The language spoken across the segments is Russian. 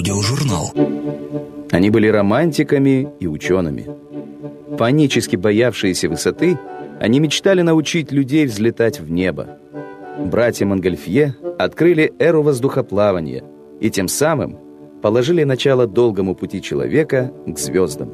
Аудиожурнал. Они были романтиками и учеными. Панически боявшиеся высоты, они мечтали научить людей взлетать в небо. Братья Монгольфье открыли эру воздухоплавания и тем самым положили начало долгому пути человека к звездам.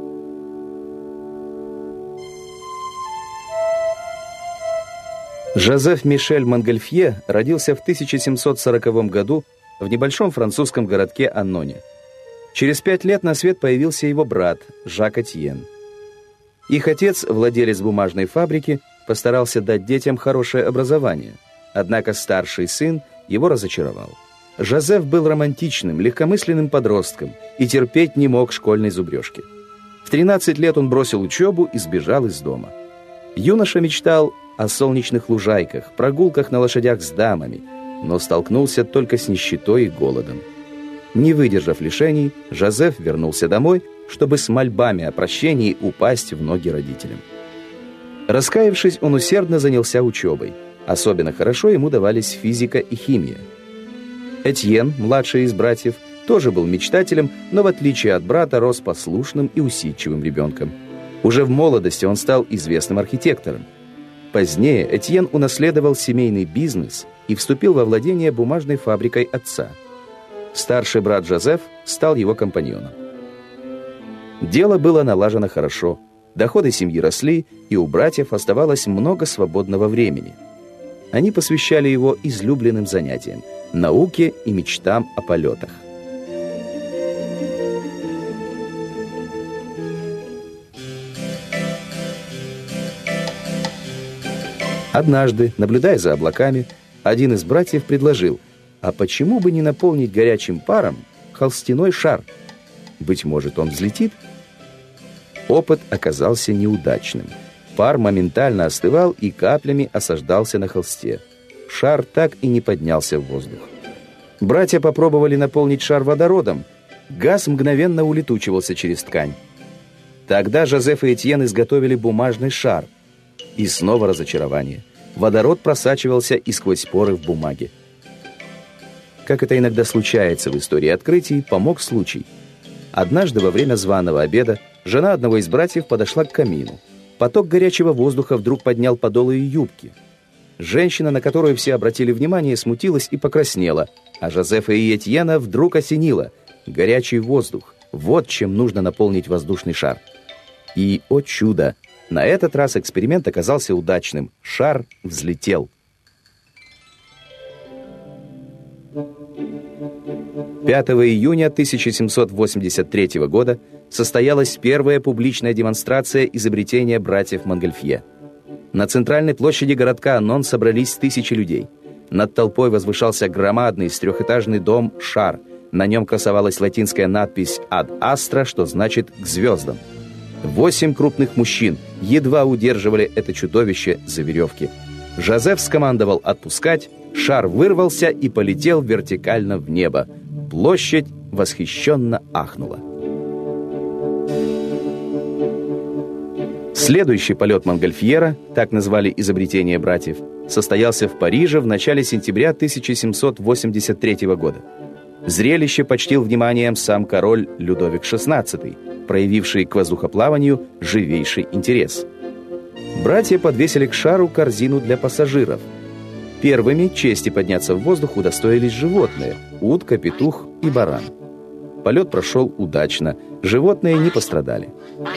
Жозеф Мишель Монгольфье родился в 1740 году в небольшом французском городке Анноне. Через 5 лет на свет появился его брат Жак Этьен. Их отец, владелец бумажной фабрики, постарался дать детям хорошее образование, однако старший сын его разочаровал. Жозеф был романтичным, легкомысленным подростком и терпеть не мог школьной зубрежки. В 13 лет он бросил учебу и сбежал из дома. Юноша мечтал о солнечных лужайках, прогулках на лошадях с дамами, но столкнулся только с нищетой и голодом. Не выдержав лишений, Жозеф вернулся домой, чтобы с мольбами о прощении упасть в ноги родителям. Раскаявшись, он усердно занялся учебой. Особенно хорошо ему давались физика и химия. Этьен, младший из братьев, тоже был мечтателем, но в отличие от брата рос послушным и усидчивым ребенком. Уже в молодости он стал известным архитектором. Позднее Этьен унаследовал семейный бизнес и вступил во владение бумажной фабрикой отца. Старший брат Жозеф стал его компаньоном. Дело было налажено хорошо, доходы семьи росли, и у братьев оставалось много свободного времени. Они посвящали его излюбленным занятиям – науке и мечтам о полетах. Однажды, наблюдая за облаками, один из братьев предложил: а почему бы не наполнить горячим паром холстяной шар? Быть может, он взлетит? Опыт оказался неудачным. Пар моментально остывал и каплями осаждался на холсте. Шар так и не поднялся в воздух. Братья попробовали наполнить шар водородом. Газ мгновенно улетучивался через ткань. Тогда Жозеф и Этьен изготовили бумажный шар. И снова разочарование. Водород просачивался и сквозь поры в бумаге. Как это иногда случается в истории открытий, помог случай. Однажды во время званого обеда жена одного из братьев подошла к камину. Поток горячего воздуха вдруг поднял подол ее юбки. Женщина, на которую все обратили внимание, смутилась и покраснела, а Жозефа и Этьена вдруг осенило: горячий воздух – вот чем нужно наполнить воздушный шар. И, о чудо, на этот раз эксперимент оказался удачным. Шар взлетел. 5 июня 1783 года состоялась первая публичная демонстрация изобретения братьев Монгольфье. На центральной площади городка Аннон собрались тысячи людей. Над толпой возвышался громадный трехэтажный дом «Шар». На нем красовалась латинская надпись «Ad Astra», что значит «к звездам». 8 крупных мужчин едва удерживали это чудовище за веревки. Жозеф скомандовал отпускать, шар вырвался и полетел вертикально в небо. Площадь восхищенно ахнула. Следующий полет Монгольфьера, так назвали изобретение братьев, состоялся в Париже в начале сентября 1783 года. Зрелище почтил вниманием сам король Людовик XVI, проявивший к воздухоплаванию живейший интерес. Братья подвесили к шару корзину для пассажиров. Первыми чести подняться в воздух удостоились животные – утка, петух и баран. Полет прошел удачно, животные не пострадали.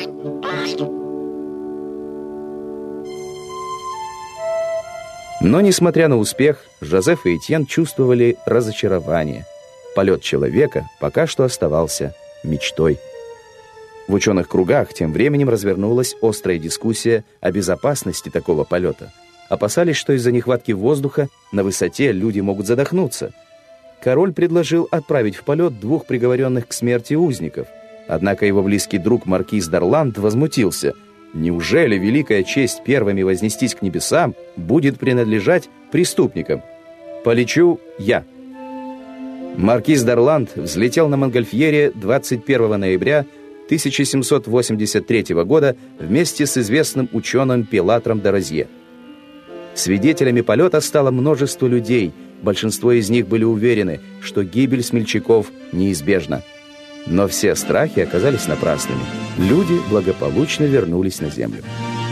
Но, несмотря на успех, Жозеф и Этьен чувствовали разочарование. Полет человека пока что оставался мечтой. В ученых кругах тем временем развернулась острая дискуссия о безопасности такого полета. Опасались, что из-за нехватки воздуха на высоте люди могут задохнуться. Король предложил отправить в полет 2 приговоренных к смерти узников. Однако его близкий друг маркиз д'Орланд возмутился. Неужели великая честь первыми вознестись к небесам будет принадлежать преступникам? Полечу я. Маркиз д'Орланд взлетел на Монгольфьере 21 ноября 1783 года вместе с известным ученым Пилатром де Розье. Свидетелями полета стало множество людей, большинство из них были уверены, что гибель смельчаков неизбежна. Но все страхи оказались напрасными. Люди благополучно вернулись на землю.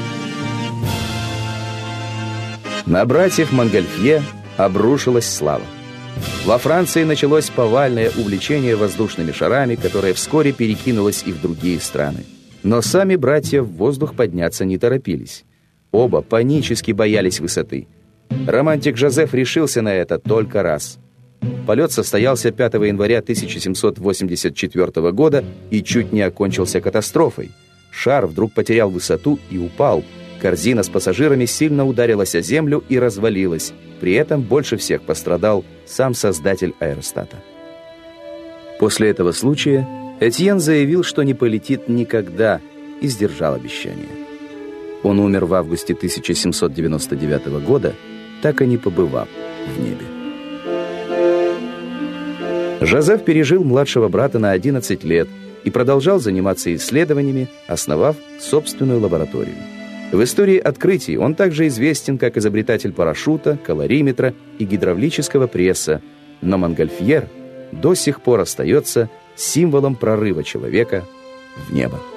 На братьев Монгольфье обрушилась слава. Во Франции началось повальное увлечение воздушными шарами, которое вскоре перекинулось и в другие страны. Но сами братья в воздух подняться не торопились. Оба панически боялись высоты. Романтик Жозеф решился на это только раз. Полет состоялся 5 января 1784 года и чуть не окончился катастрофой. Шар вдруг потерял высоту и упал. Корзина с пассажирами сильно ударилась о землю и развалилась. При этом больше всех пострадал сам создатель аэростата. После этого случая Этьен заявил, что не полетит никогда, и сдержал обещание. Он умер в августе 1799 года, так и не побывав в небе. Жозеф пережил младшего брата на 11 лет и продолжал заниматься исследованиями, основав собственную лабораторию. В истории открытий он также известен как изобретатель парашюта, калориметра и гидравлического пресса, но Монгольфьер до сих пор остается символом прорыва человека в небо.